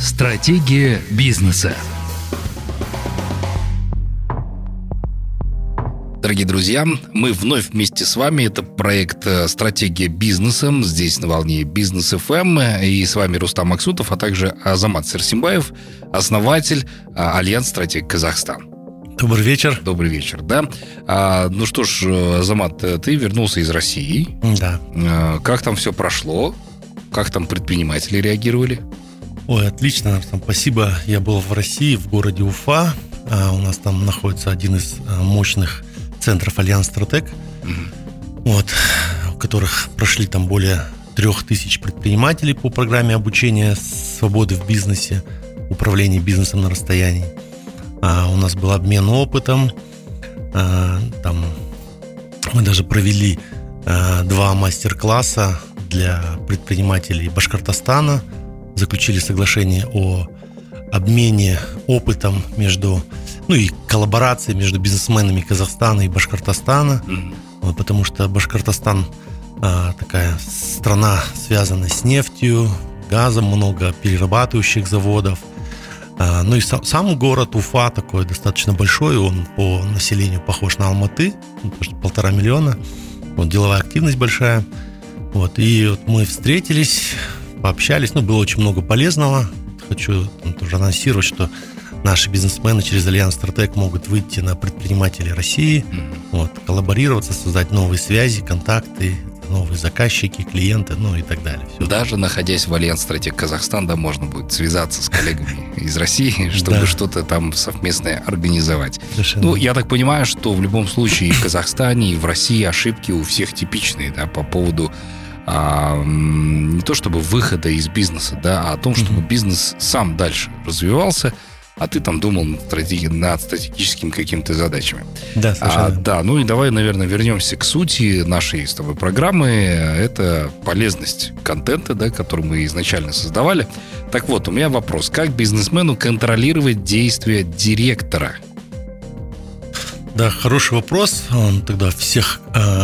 Стратегия бизнеса. Дорогие друзья, мы вновь вместе с вами. Это проект «Стратегия бизнеса». Здесь на волне Бизнес ФМ. И с вами Рустам Максутов, а также Азамат Сарсембаев, основатель Альянс Стратег Казахстан. Добрый вечер. Добрый вечер, да. Ну что ж, Азамат, ты вернулся из России. Да. Как там все прошло? Как там предприниматели реагировали? Ой, отлично. Спасибо. Я был в России, в городе Уфа. У нас там находится один из мощных центров Альянс Стратег, у которых прошли там более 3000 предпринимателей по программе обучения свободы в бизнесе, управления бизнесом на расстоянии. У нас был обмен опытом. Там мы даже провели 2 мастер-класса для предпринимателей Башкортостана, заключили соглашение о обмене опытом и коллаборации между бизнесменами Казахстана и Башкортостана, потому что Башкортостан такая страна, связанная с нефтью, газом, много перерабатывающих заводов. Ну и сам город Уфа такой достаточно большой, он по населению похож на Алматы, 1,5 миллиона, деловая активность большая. И мы встретились, пообщались, было очень много полезного. Хочу тоже анонсировать, что наши бизнесмены через Альянс Стратег могут выйти на предпринимателей России, коллаборироваться, создать новые связи, контакты, новые заказчики, клиенты, и так далее. Все. Даже находясь в Альянс Стратег Казахстан, можно будет связаться с коллегами из России, чтобы что-то там совместное организовать. Совершенно. Я так понимаю, что в любом случае и в Казахстане, и в России ошибки у всех типичные, по поводу не то чтобы выхода из бизнеса, а о том, чтобы бизнес сам дальше развивался, а ты там думал над стратегическими какими-то задачами. Да, совершенно. И давай, наверное, вернемся к сути нашей с тобой программы. Это полезность контента, который мы изначально создавали. Так вот, у меня вопрос. Как бизнесмену контролировать действия директора? Да, хороший вопрос. Он тогда всех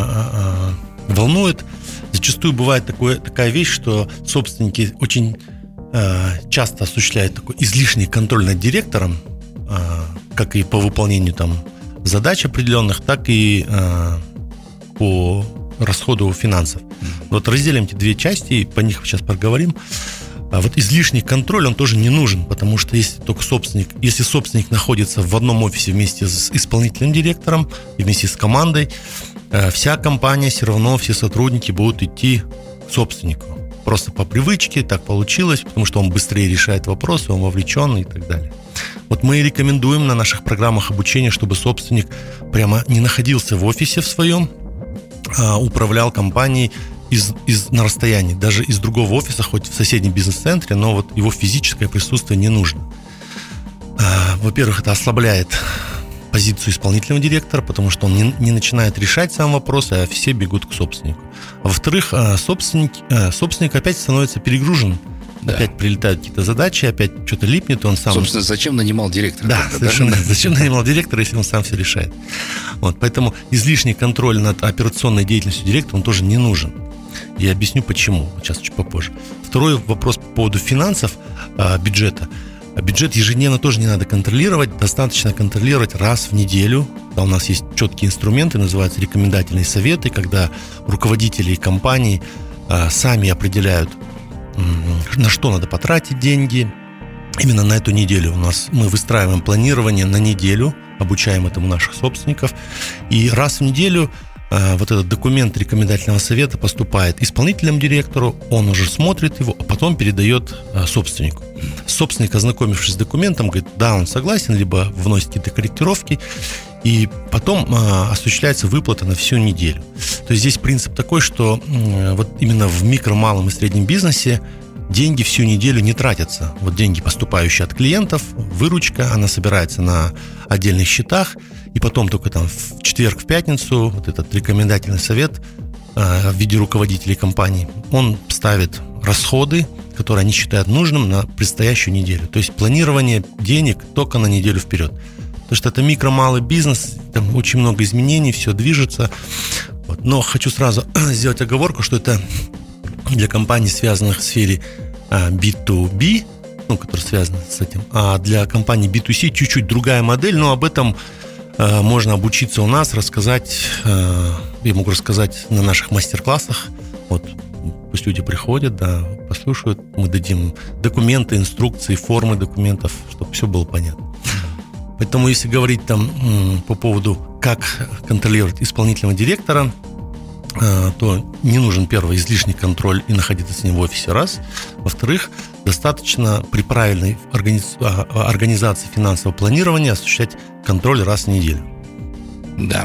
волнует. Зачастую бывает такая вещь, что собственники очень часто осуществляют такой излишний контроль над директором, как и по выполнению задач определенных, так и по расходу финансов. Разделим эти 2 части, и по них сейчас поговорим. Излишний контроль, он тоже не нужен, потому что если собственник находится в одном офисе вместе с исполнительным директором и вместе с командой, вся компания, все равно все сотрудники будут идти к собственнику. Просто по привычке так получилось, потому что он быстрее решает вопросы, он вовлечен и так далее. Мы рекомендуем на наших программах обучения, чтобы собственник прямо не находился в офисе в своем, а управлял компанией на расстоянии, даже из другого офиса, хоть в соседнем бизнес-центре, но его физическое присутствие не нужно. Во-первых, это ослабляет позицию исполнительного директора, потому что он не начинает решать сам вопрос, а все бегут к собственнику. А во-вторых, собственник опять становится перегружен. Да. Опять прилетают какие-то задачи, опять что-то липнет, он сам... Собственно, зачем нанимал директора? Да, совершенно. Зачем нанимал директора, если он сам все решает? Поэтому излишний контроль над операционной деятельностью директора, он тоже не нужен. Я объясню, почему. Сейчас чуть попозже. Второй вопрос по поводу финансов, бюджета. Бюджет ежедневно тоже не надо контролировать, достаточно контролировать раз в неделю. У нас есть четкие инструменты, называются рекомендательные советы, когда руководители компаний сами определяют, на что надо потратить деньги. Именно на эту неделю мы выстраиваем планирование на неделю, обучаем этому наших собственников. И раз в неделю этот документ рекомендательного совета поступает исполнительному директору, он уже смотрит его, а потом передает собственнику. Собственник, ознакомившись с документом, говорит, да, он согласен, либо вносит какие-то корректировки, и потом осуществляется выплата на всю неделю. То есть здесь принцип такой, что именно в микро, малом и среднем бизнесе деньги всю неделю не тратятся. Деньги, поступающие от клиентов, выручка, она собирается на отдельных счетах, и потом только в четверг, в пятницу этот рекомендательный совет в виде руководителей компании, он ставит расходы, которые они считают нужным на предстоящую неделю. То есть планирование денег только на неделю вперед. Потому что это микро-малый бизнес, там очень много изменений, все движется. Но хочу сразу сделать оговорку, что это для компаний, связанных в сфере B2B, которые связаны с этим. А для компании B2C чуть-чуть другая модель, но об этом можно обучиться у нас, рассказать. Я могу рассказать на наших мастер-классах. Вот, пусть люди приходят, да, послушают. Мы дадим документы, инструкции, формы документов, чтобы все было понятно. Поэтому, если говорить там по поводу, как контролировать исполнительного директора, то не нужен, первый, излишний контроль и находиться с ним в офисе, раз. Во-вторых, достаточно при правильной организации финансового планирования осуществлять контроль раз в неделю. Да.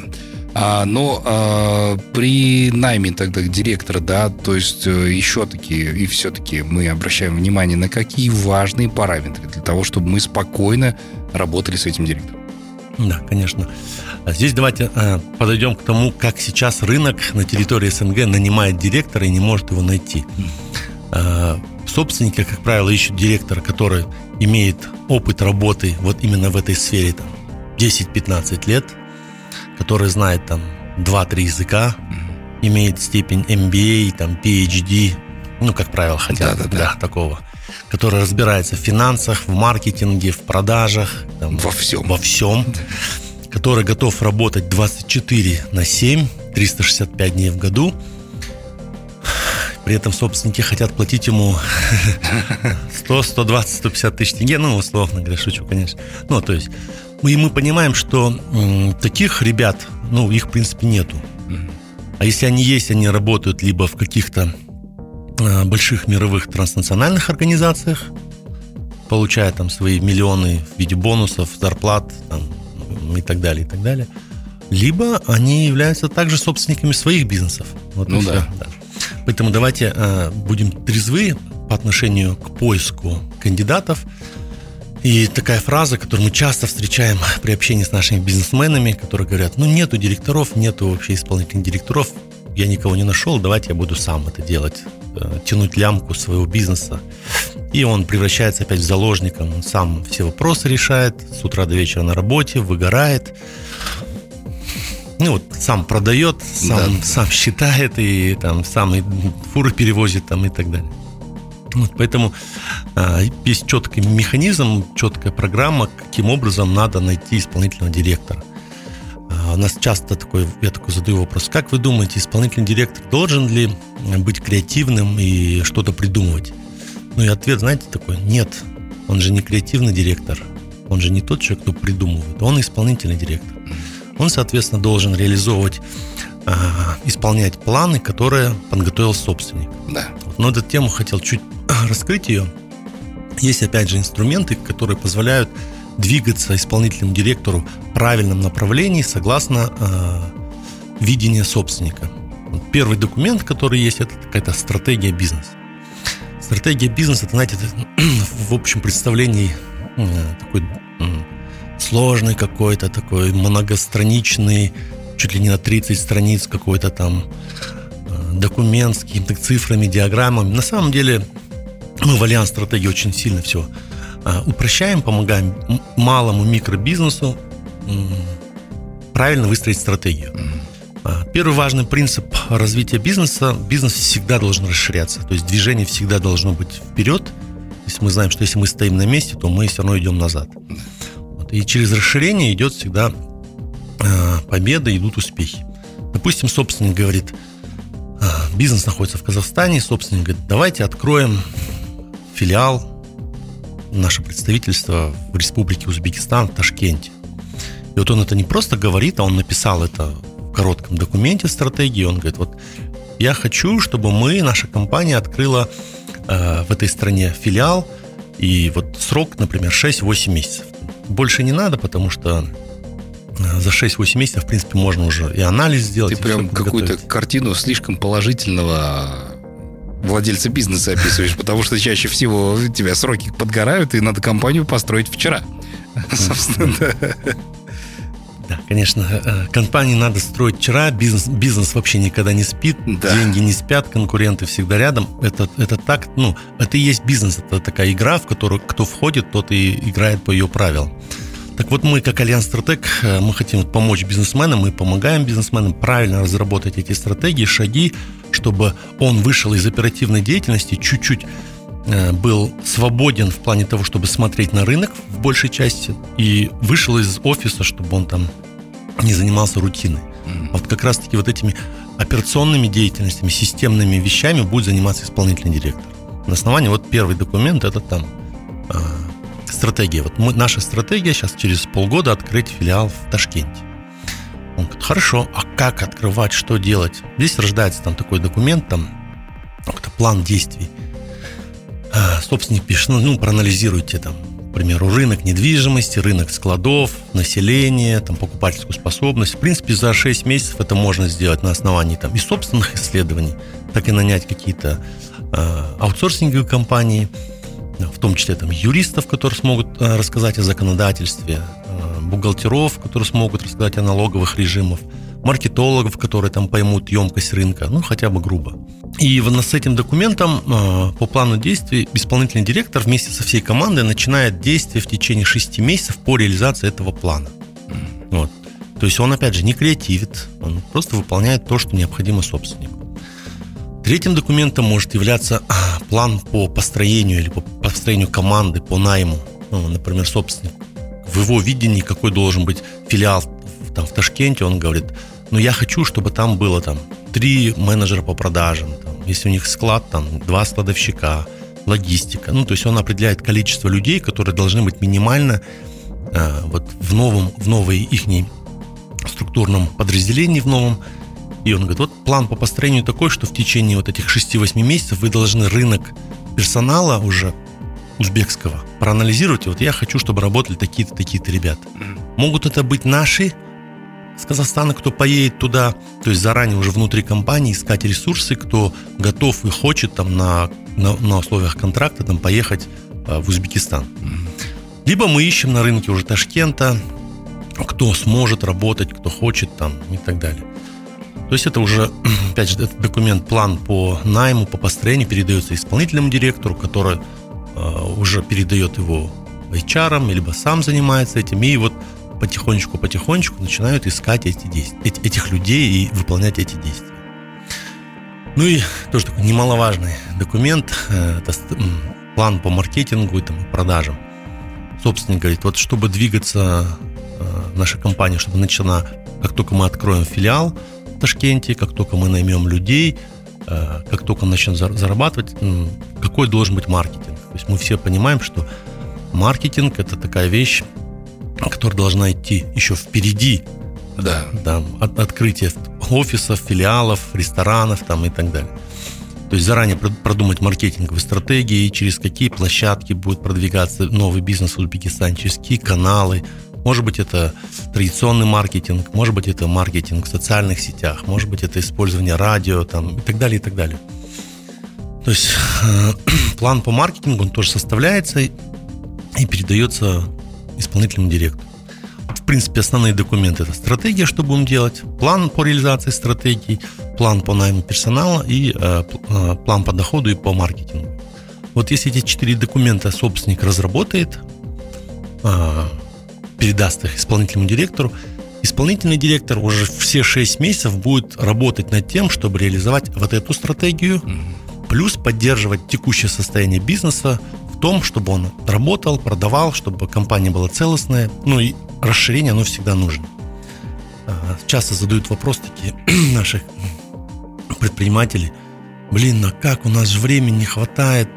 Но при найме тогда директора, да, то есть еще-таки все-таки мы обращаем внимание на какие важные параметры для того, чтобы мы спокойно работали с этим директором. Да, конечно. Здесь давайте подойдем к тому, как сейчас рынок на территории СНГ нанимает директора и не может его найти. Собственники, как правило, ищут директора, который имеет опыт работы вот именно в этой сфере там, 10-15 лет, который знает там 2-3 языка, имеет степень MBA, там, PhD, как правило, хотят такого, который разбирается в финансах, в маркетинге, в продажах, там, во всем, который готов работать 24/7, 365 дней в году. При этом собственники хотят платить ему 100, 120, 150 тысяч тенге, условно говоря, шучу, конечно. То есть мы понимаем, что таких ребят, их в принципе нету. А если они есть, они работают либо в каких-то больших мировых транснациональных организациях, получая там свои миллионы в виде бонусов, зарплат там, и так далее, либо они являются также собственниками своих бизнесов. Да. Поэтому давайте будем трезвы по отношению к поиску кандидатов. И такая фраза, которую мы часто встречаем при общении с нашими бизнесменами, которые говорят, нету директоров, нету вообще исполнительных директоров, я никого не нашел, давайте я буду сам это делать, тянуть лямку своего бизнеса. И он превращается опять в заложника, он сам все вопросы решает, с утра до вечера на работе, выгорает, сам продает, сам считает, и там сам и фуры перевозит там, и так далее. Поэтому есть четкий механизм, четкая программа, каким образом надо найти исполнительного директора. У нас часто я такой задаю вопрос: как вы думаете, исполнительный директор должен ли быть креативным и что-то придумывать? И ответ, знаете, такой: нет, он же не креативный директор, он же не тот человек, кто придумывает, он исполнительный директор. Он, соответственно, должен реализовывать, исполнять планы, которые подготовил собственник. Да. Но эту тему хотел чуть раскрыть ее. Есть, опять же, инструменты, которые позволяют двигаться исполнительному директору в правильном направлении согласно видению собственника. Первый документ, который есть, это какая-то стратегия бизнеса. Стратегия бизнеса, это, знаете, в общем представлении такой сложный какой-то, такой многостраничный, чуть ли не на 30 страниц какой-то там документ с какими-то цифрами, диаграммами. На самом деле мы в Альянс Стратегии очень сильно все упрощаем, помогаем малому микробизнесу правильно выстроить стратегию. Первый важный принцип развития бизнеса: бизнес всегда должен расширяться, то есть движение всегда должно быть вперед. Если мы знаем, что если мы стоим на месте, то мы все равно идем назад. И через расширение идет всегда победа, идут успехи. Допустим, собственник говорит, бизнес находится в Казахстане, собственник говорит, давайте откроем филиал, наше представительство в Республике Узбекистан, в Ташкенте. И он это не просто говорит, а он написал это в коротком документе стратегии. Он говорит, я хочу, чтобы наша компания открыла в этой стране филиал, и срок, например, 6-8 месяцев. Больше не надо, потому что за 6-8 месяцев, в принципе, можно уже и анализ сделать. Ты прям какую-то картину слишком положительного владельца бизнеса описываешь, потому что чаще всего у тебя сроки подгорают, и надо компанию построить вчера. Собственно, Да, конечно, компании надо строить вчера, бизнес вообще никогда не спит, деньги не спят, конкуренты всегда рядом. Это так, это и есть бизнес, это такая игра, в которую кто входит, тот и играет по ее правилам. Так вот, мы, как Альянс Стратег, мы хотим помочь бизнесменам, мы помогаем бизнесменам правильно разработать эти стратегии, шаги, чтобы он вышел из оперативной деятельности чуть-чуть был свободен в плане того, чтобы смотреть на рынок в большей части, и вышел из офиса, чтобы он там не занимался рутиной. А вот как раз-таки вот этими операционными деятельностями, системными вещами будет заниматься исполнительный директор. На основании вот первый документ, это там стратегия. Вот наша стратегия сейчас через полгода открыть филиал в Ташкенте. Он говорит, хорошо, а как открывать, что делать? Здесь рождается там такой документ, там какой-то план действий. Собственник пишет, проанализируйте там, к примеру, рынок недвижимости, рынок складов, население, там, покупательскую способность. В принципе, за 6 месяцев это можно сделать на основании там, и собственных исследований, так и нанять какие-то аутсорсинговые компании, в том числе там, юристов, которые смогут рассказать о законодательстве, бухгалтеров, которые смогут рассказать о налоговых режимах, маркетологов, которые там поймут емкость рынка, хотя бы грубо. И с этим документом по плану действий исполнительный директор вместе со всей командой начинает действия в течение 6 месяцев по реализации этого плана. Вот. То есть он, опять же, не креативит, он просто выполняет то, что необходимо собственнику. Третьим документом может являться план по построению или по построению команды, по найму. Например, собственник. В его видении, какой должен быть филиал там, в Ташкенте, он говорит, я хочу, чтобы там было 3 менеджера по продажам, если у них склад, 2 складовщика, логистика. То есть он определяет количество людей, которые должны быть минимально в новой их структурном подразделении, в новом. И он говорит, вот план по построению такой, что в течение вот этих 6-8 месяцев вы должны рынок персонала уже узбекского проанализировать. И вот я хочу, чтобы работали такие-то, такие-то ребята. Могут это быть наши с Казахстана, кто поедет туда, то есть заранее уже внутри компании искать ресурсы, кто готов и хочет на условиях контракта поехать в Узбекистан. Либо мы ищем на рынке уже Ташкента, кто сможет работать, кто хочет и так далее. То есть это уже, опять же, этот документ, план по найму, по построению передается исполнительному директору, который уже передает его HR, либо сам занимается этим, и вот потихонечку начинают искать этих людей и выполнять эти действия. И тоже такой немаловажный документ, это план по маркетингу и продажам. Собственник говорит, вот чтобы двигаться наша компания, чтобы начала, как только мы откроем филиал в Ташкенте, как только мы наймем людей, как только он начнет зарабатывать, какой должен быть маркетинг. То есть мы все понимаем, что маркетинг – это такая вещь, которая должна идти еще впереди открытия офисов, филиалов, ресторанов и так далее. То есть заранее продумать маркетинговые стратегии, через какие площадки будет продвигаться новый бизнес в Узбекистане, через какие каналы. Может быть, это традиционный маркетинг, может быть, это маркетинг в социальных сетях, может быть, это использование радио и так далее, и так далее. То есть план по маркетингу, он тоже составляется и передается исполнительному директору. В принципе, основные документы – это стратегия, что будем делать, план по реализации стратегии, план по найму персонала и план по доходу и по маркетингу. Вот если эти 4 документа собственник разработает, передаст их исполнительному директору, исполнительный директор уже все 6 месяцев будет работать над тем, чтобы реализовать вот эту стратегию, плюс поддерживать текущее состояние бизнеса в том, чтобы он работал, продавал, чтобы компания была целостная. И расширение, оно всегда нужно. Часто задают вопрос такие наших предпринимателей. А как у нас же времени не хватает,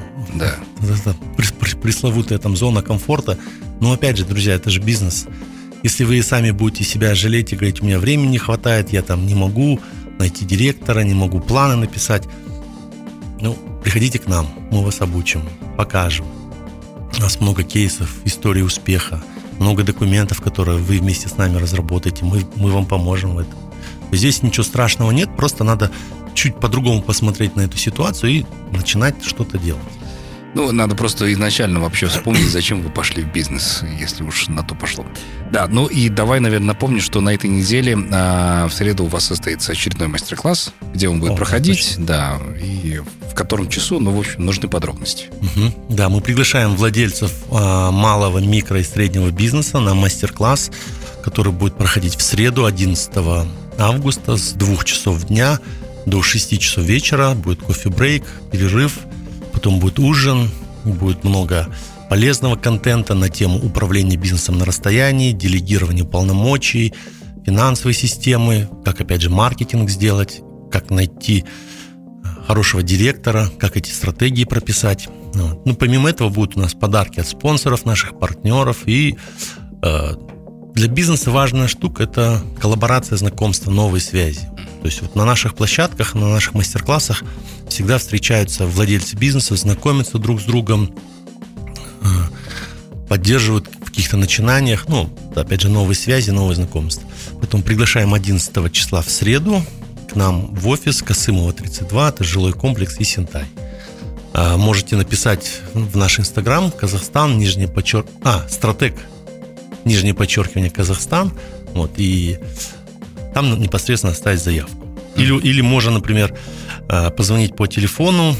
пресловутая зона комфорта. Но опять же, друзья, это же бизнес. Если вы сами будете себя жалеть и говорить, у меня времени не хватает, я не могу найти директора, не могу планы написать, приходите к нам, мы вас обучим, покажем. У нас много кейсов, истории успеха, много документов, которые вы вместе с нами разработаете, мы вам поможем в этом. Здесь ничего страшного нет, просто надо чуть по-другому посмотреть на эту ситуацию и начинать что-то делать. Надо просто изначально вообще вспомнить, зачем вы пошли в бизнес, если уж на то пошло. Да, и давай, наверное, напомню, что на этой неделе в среду у вас состоится очередной мастер-класс, где он будет проходить, и в котором часу, в общем, нужны подробности. Да, мы приглашаем владельцев малого, микро и среднего бизнеса на мастер-класс, который будет проходить в среду, 11 августа, с 2 часов дня до 6 часов вечера. Будет кофе-брейк, перерыв. потом будет ужин, будет много полезного контента на тему управления бизнесом на расстоянии, делегирования полномочий, финансовой системы, как, опять же, маркетинг сделать, как найти хорошего директора, как эти стратегии прописать. Вот. Ну, помимо этого будут у нас подарки от спонсоров, наших партнеров. И для бизнеса важная штука – это коллаборация, знакомство, новые связи. То есть вот на наших площадках, на наших мастер-классах всегда встречаются владельцы бизнеса, знакомятся друг с другом, поддерживают в каких-то начинаниях, ну, опять же, новые связи, новые знакомства. Поэтому приглашаем 11 числа в среду к нам в офис Касымова, 32, это жилой комплекс Ессентай. Можете написать в наш Инстаграм Казахстан, стратег, _ Казахстан, вот, и там непосредственно оставить заявку. Или можно, например, позвонить по телефону,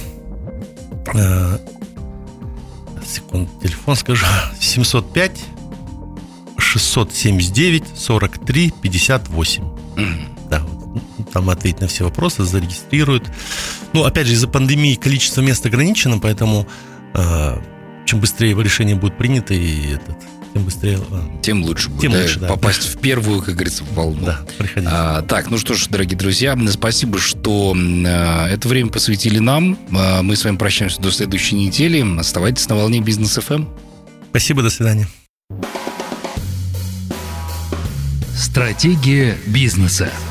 телефон скажу, 705 679 43 58. Да, там ответить на все вопросы, зарегистрируют. Ну, опять же, из-за пандемии количество мест ограничено, поэтому чем быстрее решение будет принято, тем быстрее... Тем лучше будет, попасть в первую, как говорится, волну. Да, приходите. Так, ну что ж, дорогие друзья, спасибо, что это время посвятили нам. Мы с вами прощаемся до следующей недели. Оставайтесь на волне Бизнес ФМ. Спасибо, до свидания. Стратегия бизнеса.